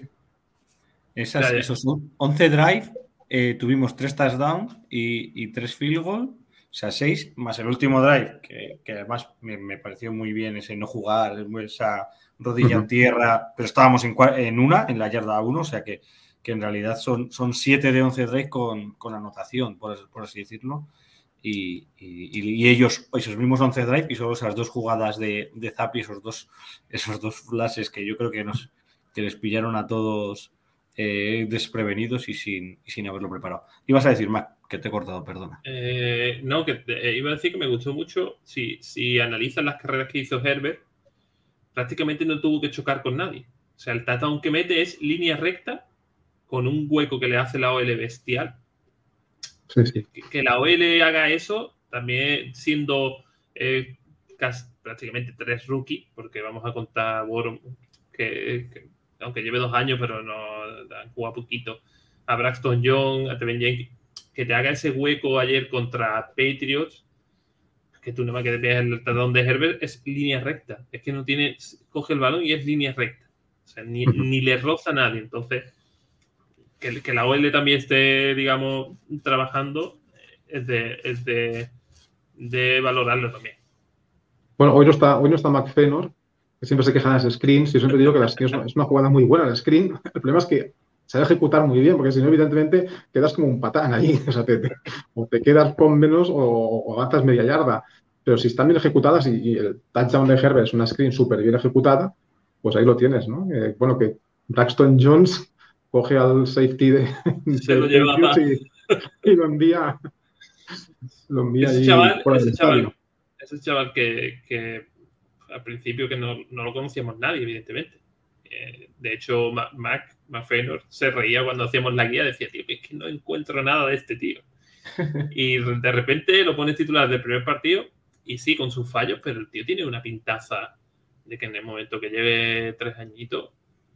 Esas, esos once drive, eh, tuvimos tres touchdowns y, y tres field goal, o sea, seis, más el último drive, que, que además me, me pareció muy bien ese no jugar, esa rodilla uh-huh. en tierra, pero estábamos en, en una, en la yarda uno, o sea que, que en realidad son, son siete de once drive con, con anotación, por, por así decirlo. Y, y, y ellos, esos mismos once drive y solo esas dos jugadas de, de Zap y esos dos, esos dos flashes que yo creo que nos que les pillaron a todos eh, desprevenidos y sin, y sin haberlo preparado. Ibas a decir, Mac, que te he cortado, perdona. Eh, no, que te, iba a decir que me gustó mucho. Si, si analizas las carreras que hizo Herbert, prácticamente no tuvo que chocar con nadie. O sea, el touchdown que mete es línea recta con un hueco que le hace la O L bestial. Sí, sí. Que, que la O L haga eso, también siendo eh, casi, prácticamente tres rookies, porque vamos a contar a Borom, que, que aunque lleve dos años, pero no han jugado poquito, a Braxton Young, a Tevin Jenkins, que te haga ese hueco ayer contra Patriots, que tú no más que te pegas el touchdown de Herbert, es línea recta. Es que no tiene, coge el balón y es línea recta. O sea, ni, ni le roza a nadie. Entonces, Que, que la O L también esté, digamos, trabajando es de, es de, de valorarlo también. Bueno, hoy no está, hoy no está McFenor, que siempre se queja de las screens. Yo siempre digo que la screen es una, es una jugada muy buena, la screen. El problema es que se debe ejecutar muy bien, porque si no, evidentemente, quedas como un patán ahí. O sea, te, te, o te quedas con menos o, o avanzas media yarda. Pero si están bien ejecutadas y, y el touchdown de Herbert es una screen súper bien ejecutada, pues ahí lo tienes, ¿no? Eh, bueno, que Braxton Jones coge al safety de, se de lo lleva y, y lo envía lo envía ese ahí chaval, por el ese estadio. chaval, ese chaval que, que al principio que no, no lo conocíamos nadie, evidentemente. Eh, de hecho, Mac, McFenor se reía cuando hacíamos la guía, decía, tío, que es que no encuentro nada de este tío. Y de repente lo pones titular del primer partido y sí, con sus fallos, pero el tío tiene una pintaza de que en el momento que lleve tres añitos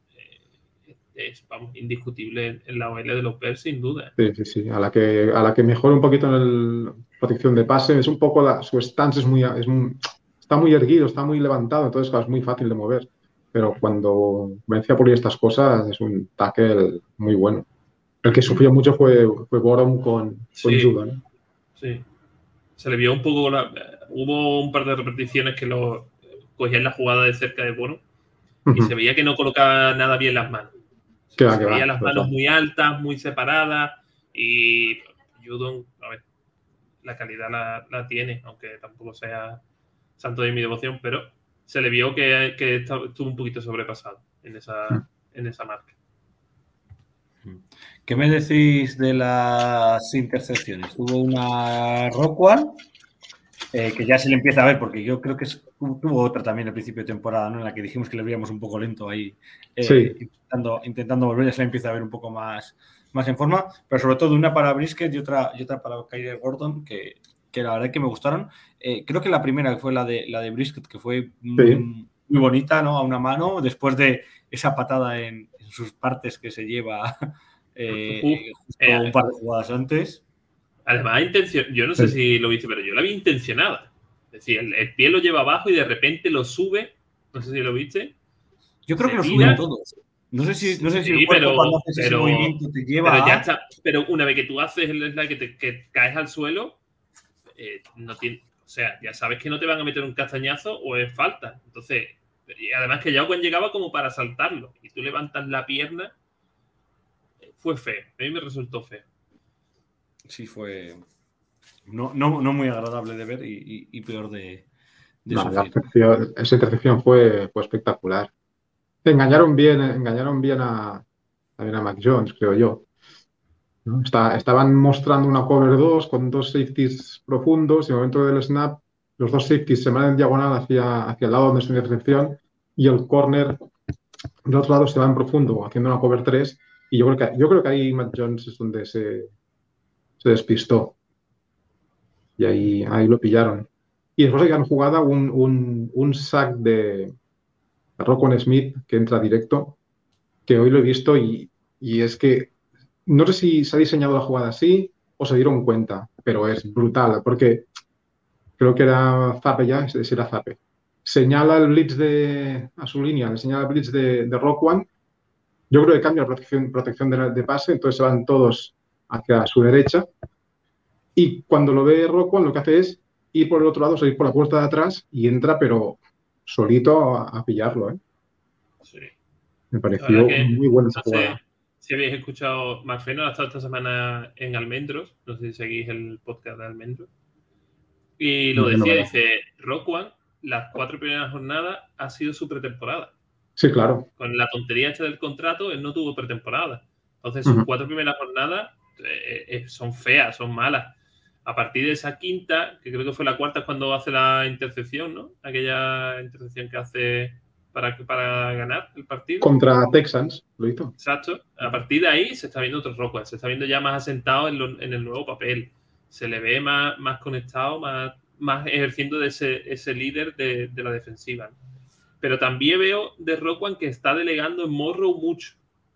es, vamos, indiscutible en la O L de los Bears, sin duda. Sí, sí, sí. A la que, a la que mejora un poquito en la protección de pase, es un poco la, su stance es muy, es muy, está muy erguido, está muy levantado, entonces claro, es muy fácil de mover. Pero cuando vence a por estas cosas, es un tackle muy bueno. El que sufrió mucho fue, fue Borom con, con sí, Judah, ¿no? Sí. Se le vio un poco, la, hubo un par de repeticiones que lo cogían la jugada de cerca de Borom uh-huh. y se veía que no colocaba nada bien las manos. Se va, veía va, las manos muy altas, muy separadas y Judon, a ver, la calidad la, la tiene, aunque tampoco sea santo de mi devoción, pero se le vio que, que estuvo un poquito sobrepasado en esa, en esa marca. ¿Qué me decís de las intercepciones? Hubo una Rockwell, eh, que ya se le empieza a ver, porque yo creo que es, tuvo otra también al principio de temporada, ¿no? En la que dijimos que le veíamos un poco lento ahí, eh, Sí. intentando, intentando volver, ya se le empieza a ver un poco más, más en forma, pero sobre todo una para Brisket y otra, y otra para Kyler Gordon, que, que la verdad es que me gustaron. Eh, creo que la primera fue la de, la de Brisket, que fue Sí. muy, muy bonita, ¿no? A una mano, después de esa patada en, en sus partes que se lleva eh, Uh, justo eh, un par de jugadas antes. Además, intención, yo no sé Sí. si lo viste, pero yo la vi intencionada. Es decir, el, el pie lo lleva abajo y de repente lo sube. No sé si lo viste. Yo creo Se que lo tira. suben todos. No sé si, no sé si Sí, el cuerpo pero- cuando haces ese pero- movimiento te lleva Pero ya a... está. Pero una vez que tú haces el slide que, te, que caes al suelo, eh, no tiene, o sea, ya sabes que no te van a meter un castañazo o es falta. Entonces, y además que Yaguan llegaba como para saltarlo y tú levantas la pierna, fue feo. A mí me resultó feo. Sí, fue no, no, no muy agradable de ver y, y, y peor de, de No, la sufrir. intercepción- esa intercepción fue, fue espectacular. Engañaron bien, engañaron bien a, también a Mac Jones, creo yo. ¿No? Está- estaban mostrando una cover dos con dos safeties profundos y en el momento del snap los dos safeties se van en diagonal hacia, hacia el lado donde está la intercepción y el corner del otro lado se va en profundo haciendo una cover tres y yo creo que, yo creo que ahí Mac Jones es donde se, se despistó y ahí, ahí lo pillaron. Y después de que han jugado un, un, un sack de Roquan Smith que entra directo, que hoy lo he visto y, y es que no sé si se ha diseñado la jugada así o se dieron cuenta, pero es brutal porque creo que era Zappe ya, ese ese era Zappe. Señala el blitz de, a su línea, le señala el blitz de, de Roquan. Yo creo que cambia la protección, protección de, de pase, entonces se van todos hacia su derecha. Y cuando lo ve Roquan, lo que hace es ir por el otro lado, salir por la puerta de atrás y entra, pero solito a, a pillarlo. ¿eh? Sí. Me La pareció verdad que, muy buena esa no sé jugada. si habéis escuchado, Marfeno ha estado esta semana en Almendros, no sé si seguís el podcast de Almendros, y lo No, no, decía, no. dice, Roquan, las cuatro primeras jornadas ha sido su pretemporada. Sí, claro. Con la tontería esta del contrato, él no tuvo pretemporada. Entonces, sus Ujú. cuatro primeras jornadas eh, eh, son feas, son malas. A partir de esa quinta, que creo que fue la cuarta, es cuando hace la intercepción, ¿no? Aquella intercepción que hace para, para ganar el partido. Contra Texans, lo hizo. Exacto. A partir de ahí se está viendo otro Rockwell, se está viendo ya más asentado en, lo, en el nuevo papel. Se le ve más, más conectado, más, más ejerciendo de ese, ese líder de, de la defensiva. Pero también veo de Rockwell que está delegando en Morrow mucho.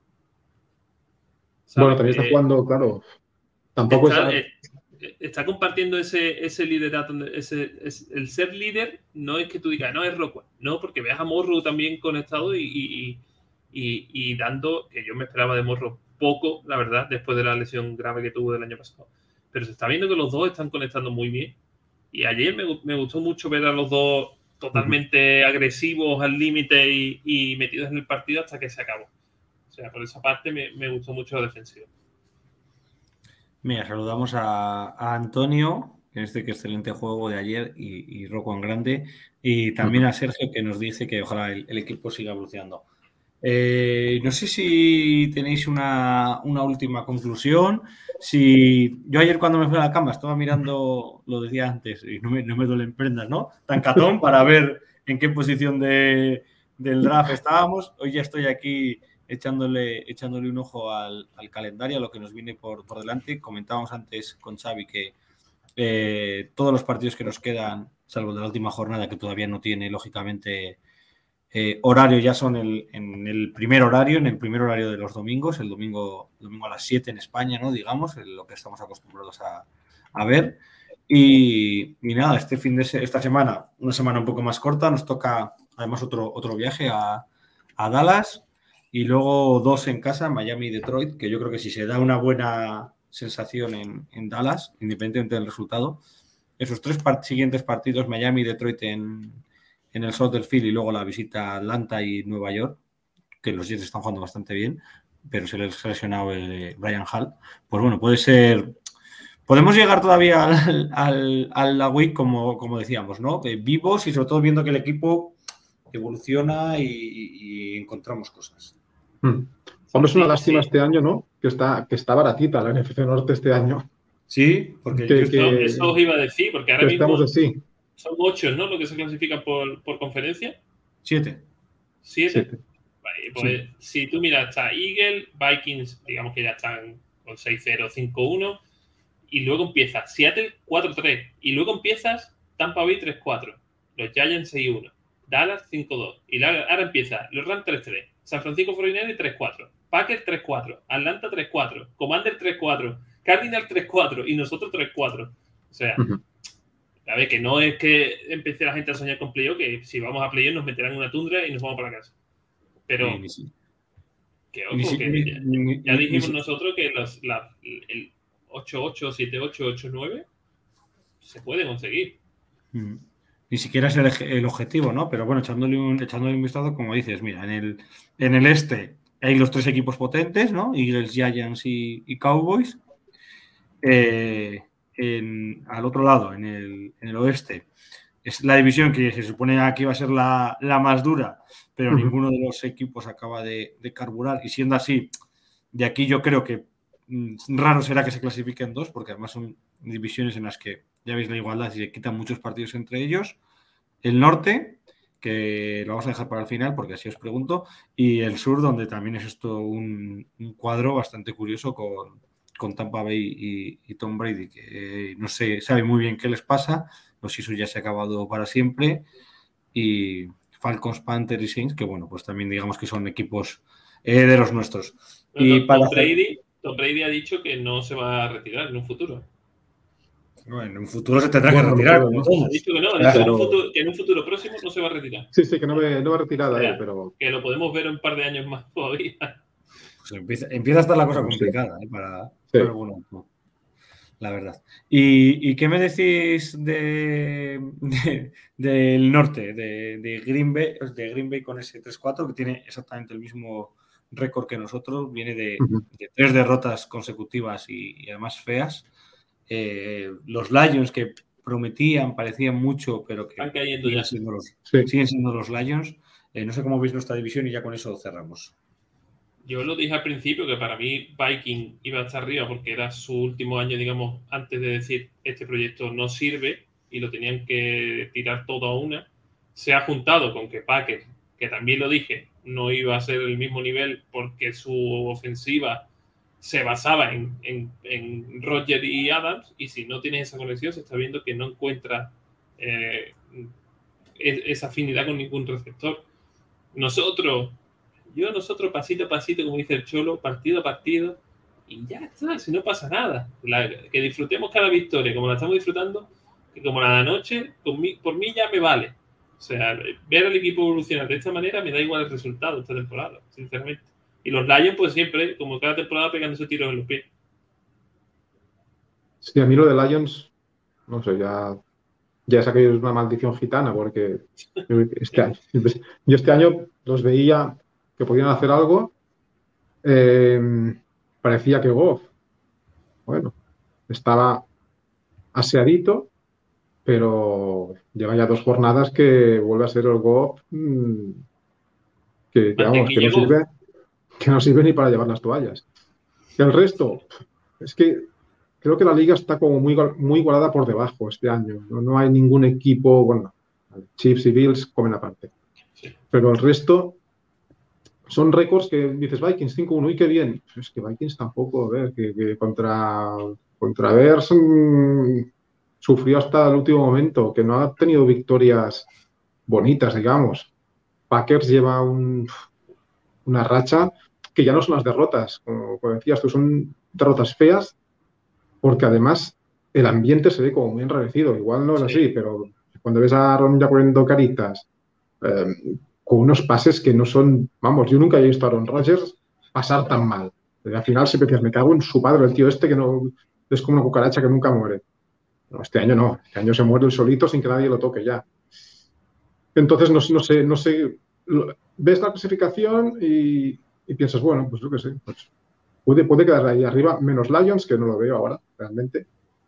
¿Sabes? Bueno, también está Eh, jugando, claro. Tampoco está, es. eh, está compartiendo ese, ese liderato. Ese, es, el ser líder no es que tú digas, no, es Rockwell. No, porque veas a Morrow también conectado y, y, y, y dando, que yo me esperaba de Morrow poco, la verdad, después de la lesión grave que tuvo del año pasado. Pero se está viendo que los dos están conectando muy bien. Y ayer me, me gustó mucho ver a los dos totalmente uh-huh. agresivos al límite y, y metidos en el partido hasta que se acabó. O sea, por esa parte me, me gustó mucho la defensiva. Mira, saludamos a, a Antonio, en este que excelente juego de ayer, y, y Rocco en grande, y también uh-huh. a Sergio, que nos dice que ojalá el, el equipo siga evolucionando. Eh, no sé si tenéis una, una última conclusión. Si yo ayer cuando me fui a la cama estaba mirando, lo decía antes, y no me, no me duelen prendas, ¿no? Tancatón para ver en qué posición de, del draft estábamos. Hoy ya estoy aquí echándole, echándole un ojo al, al calendario, a lo que nos viene por, por delante. Comentábamos antes con Xavi que eh, todos los partidos que nos quedan, salvo de la última jornada que todavía no tiene, lógicamente, Eh, horario ya son el, en el primer horario, en el primer horario de los domingos, el domingo, domingo a las siete en España, ¿no? Digamos, lo que estamos acostumbrados a, a ver. Y, y nada, este fin de se, esta semana, una semana un poco más corta, nos toca además otro, otro viaje a, a Dallas y luego dos en casa, Miami y Detroit, que yo creo que si se da una buena sensación en, en Dallas, independientemente del resultado, esos tres part- siguientes partidos, Miami y Detroit en en el Soldier Field y luego la visita a Atlanta y Nueva York, que los Jets están jugando bastante bien, pero se les ha lesionado el Brian Hall, pues bueno, puede ser podemos llegar todavía al, al, al la week, como, como decíamos, ¿no? Eh, vivos y sobre todo viendo que el equipo evoluciona y, y encontramos cosas. Hmm. Hombre, es una Sí, lástima sí. este año, ¿no? Que está, que está baratita la N F C Norte este año. Sí, porque Que- yo- que- Eso, eso os iba a decir, porque ahora Que estamos mismo así. son ocho, ¿no? Lo que se clasifican por, por conferencia. siete. ¿Siete? Siete. Vale, pues si tú miras, está Eagle, Vikings, digamos que ya están con seis cero, cinco uno, y luego empieza Seattle cuatro tres, y luego empiezas Tampa Bay tres cuatro, los Giants seis uno, Dallas cinco dos, y la- ahora empieza los Rams tres tres, San Francisco cuarenta y nueve tres cuatro, Packers tres cuatro, Atlanta tres cuatro, Commander tres cuatro, Cardinal tres cuatro y nosotros tres cuatro. O sea, Ujú. a ver, que no es que empiece la gente a soñar con playoff, que si vamos a playoff nos meterán en una tundra y nos vamos para casa. Pero, Ni- ni si- que ni ojo, si- que ni- ya, ni- ya ni- dijimos ni si- nosotros que los, la, el ocho ocho, siete ocho, ocho nueve se puede conseguir. Mm. Ni siquiera es el, eje- el objetivo, ¿no? Pero bueno, echándole un, echándole un vistazo, como dices, mira, en el, en el este hay los tres equipos potentes, ¿no? Eagles, Giants y, y Cowboys. Eh, en- al otro lado, en el, en el oeste, es la división que se supone que iba a ser la, la más dura, pero Ujú. ninguno de los equipos acaba de, de carburar. Y siendo así, de aquí yo creo que mm, raro será que se clasifiquen dos, porque además son divisiones en las que ya veis la igualdad y se quitan muchos partidos entre ellos. El norte, que lo vamos a dejar para el final, porque así os pregunto, y el sur, donde también es esto un, un cuadro bastante curioso con, con Tampa Bay y, y Tom Brady, que eh, no sé, sabe muy bien qué les pasa, no sé si eso ya se ha acabado para siempre, y Falcons, Panthers y Saints, que bueno, pues también digamos que son equipos eh, de los nuestros. No, Y Tom, para Tom hacer- Brady, Tom Brady ha dicho que no se va a retirar en un futuro. Bueno, en un futuro se tendrá Bueno, que retirar, no, como no. Ha todos. dicho que no, ha Claro. dicho que en un futuro, que en un futuro próximo no se va a retirar. Sí, sí, que no me, no me he retirado O sea, ahí, pero Que lo podemos ver un par de años más todavía. Pues empieza, empieza a estar la cosa Sí. complicada ¿eh? para, Sí. para alguno, no, la verdad. ¿Y, y qué me decís de, de- del norte, de, de Green Bay, de Green Bay con ese tres cuatro, que tiene exactamente el mismo récord que nosotros, viene de, Ujú. de tres derrotas consecutivas y, y además feas? Eh, los Lions, que prometían, parecían mucho, pero que Están cayendo siguen ya. siendo los, sí. siguen siendo los Lions. Eh, no sé cómo veis nuestra división y ya con eso cerramos. Yo lo dije al principio que para mí Viking iba a estar arriba porque era su último año, digamos, antes de decir este proyecto no sirve y lo tenían que tirar todo a una. Se ha juntado con que Packers, que también lo dije, no iba a ser el mismo nivel porque su ofensiva se basaba en, en, en Roger y Adams, y si no tienes esa conexión se está viendo que no encuentra eh, esa afinidad con ningún receptor. Nosotros Yo, nosotros, pasito a pasito, como dice el Cholo, partido a partido, y ya está, si no pasa nada. La- que disfrutemos cada victoria como la estamos disfrutando, que como la noche, con mí- por mí ya me vale. O sea, ver al equipo evolucionar de esta manera me da igual el resultado esta temporada, sinceramente. Y los Lions, pues siempre, como cada temporada, pegando esos tiros en los pies. Sí, a mí lo de Lions, no sé, ya, ya es aquello, es una maldición gitana, porque yo este año, yo este año los veía que podían hacer algo. eh, parecía que Goff, bueno, estaba aseadito, pero lleva ya dos jornadas que vuelve a ser el Goff mm, que, que, vamos, que no Mantequilla Goff. sirve, que no sirve ni para llevar las toallas. Y el resto, es que creo que la liga está como muy, muy igualada por debajo este año. No, no hay ningún equipo, bueno, Chiefs y Bills comen aparte. Sí. Pero el resto son récords que dices Vikings cinco uno y qué bien. Es que Vikings tampoco, a ver, que, que contra, contra Bears mmm, sufrió hasta el último momento, que no ha tenido victorias bonitas, digamos. Packers lleva un, una racha que ya no son las derrotas, como, como decías tú, son derrotas feas, porque además el ambiente se ve como muy enrarecido. Igual no es Sí. así, pero cuando ves a Aaron ya poniendo caritas, eh, con unos pases que no son, vamos, yo nunca he visto a Aaron Rodgers pasar tan mal. Al final siempre decías, me cago en su padre, el tío este que no es como una cucaracha que nunca muere. No, este año no, este año se muere el solito sin que nadie lo toque ya. Entonces, no, no sé, no sé, lo- ves la clasificación y, y piensas, bueno, pues yo qué sé, pues puede, puede quedar ahí arriba, menos Lions, que no lo veo ahora, realmente.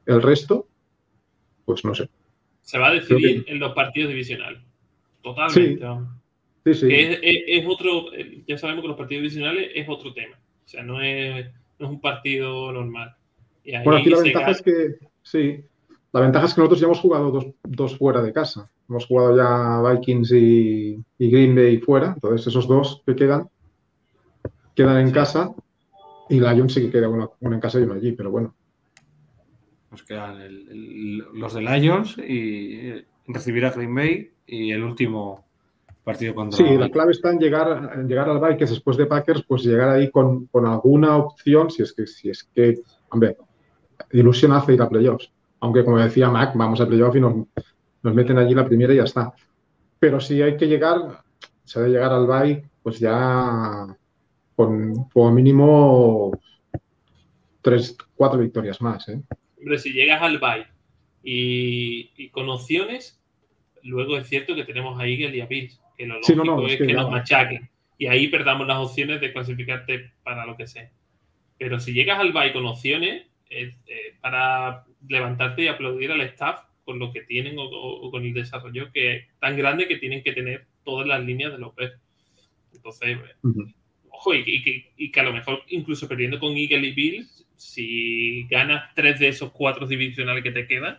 El resto, pues no sé. Se va a decidir que... en los partidos divisionales. Totalmente. Sí, sí. sí. Que es, es, es otro, ya sabemos que los partidos divisionales es otro tema. O sea, no es, no es un partido normal. Y ahí bueno, aquí la se ventaja gana. es que, sí, la ventaja es que nosotros ya hemos jugado dos, dos fuera de casa. Hemos jugado ya Vikings y, y Green Bay fuera. Entonces, esos dos que quedan, quedan en sí. casa. Y Lions sí que queda uno, uno en casa y uno allí, pero bueno. Nos quedan el, el, los de Lions y recibir a Green Bay y el último partido contra... Sí, la clave está en llegar, en llegar al bye, que es después de Packers, pues llegar ahí con, con alguna opción, si es que, si es que, hombre, ilusión hace ir a playoffs. Aunque, como decía Mac, vamos a playoffs y nos, nos meten allí la primera y ya está. Pero si hay que llegar, se ha de llegar al bye, pues ya con como mínimo tres, cuatro victorias más, ¿eh? Hombre, si llegas al bye y, y con opciones, luego es cierto que tenemos a Eagles y a Bills, que lo lógico sí, no, no, es, es que, que no. nos machaquen y ahí perdamos las opciones de clasificarte para lo que sea. Pero si llegas al bye con opciones, es eh, para levantarte y aplaudir al staff con lo que tienen o, o, o con el desarrollo que tan grande que tienen que tener todas las líneas de los Bears. Entonces, uh-huh. ojo, y, y, y que a lo mejor incluso perdiendo con Eagles y Bills, si ganas tres de esos cuatro divisionales que te quedan,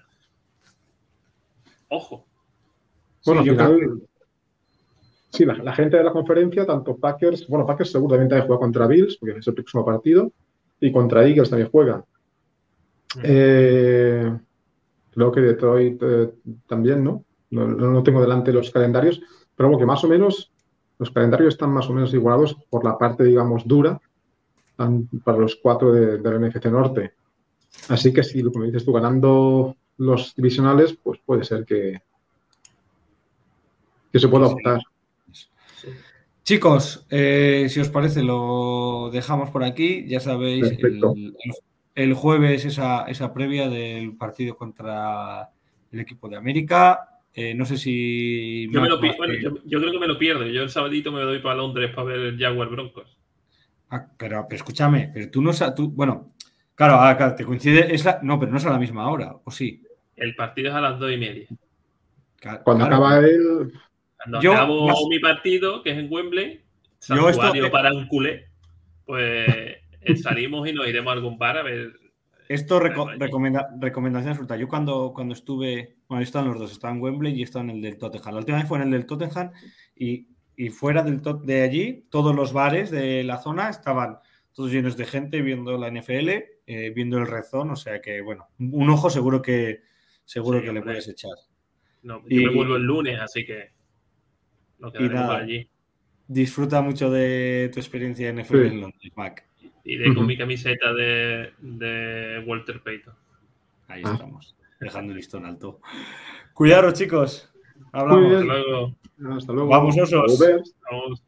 ojo. Bueno, sí, al final, que... sí, la, la gente de la conferencia, tanto Packers, bueno, Packers seguramente también juega contra Bills, porque es el próximo partido, y contra Eagles también juega. Uh-huh. Eh, creo que Detroit eh, también, ¿no? ¿no? No tengo delante los calendarios, pero bueno, que más o menos los calendarios están más o menos igualados por la parte, digamos, dura para los cuatro de, de la N F C Norte. Así que si, como dices tú, ganando los divisionales, pues puede ser que, que se pueda optar. Chicos, eh, si os parece, lo dejamos por aquí. Ya sabéis, el, el jueves esa, esa previa del partido contra el equipo de América. Eh, no sé si... Yo, me lo, bueno, yo, yo creo que me lo pierdo. Yo el sabadito me doy para Londres para ver el Jaguar Broncos. Ah, pero, pero escúchame, pero tú no sabes... Tú, bueno, claro, acá te coincide... Es la, no, pero no es a la misma hora, ¿o sí? El partido es a las dos y media. Claro, Cuando claro, acaba el... Cuando yo, acabo más... mi partido, que es en Wembley, santuario esto... para un culé, pues salimos y nos iremos a algún bar a ver... Esto reco recomenda recomendación absoluta. Yo cuando, cuando estuve... Bueno, están los dos. Estaba en Wembley y estaba en el del Tottenham. La última vez fue en el del Tottenham y... Y fuera del top de allí, todos los bares de la zona estaban todos llenos de gente viendo la N F L, eh, viendo el Red Zone, o sea que, bueno, un ojo seguro que seguro sí, que le puedes echar. No, yo y, me vuelvo el lunes, así que lo quedaremos por allí. Disfruta mucho de tu experiencia en N F L sí. en Londres, Mac. Iré uh-huh. con mi camiseta de, de Walter Payton. Ahí ah. estamos, dejando el listón alto. Cuidaros, chicos. Hablamos. Hasta luego. Hasta luego. Vamos, osos. Vamos.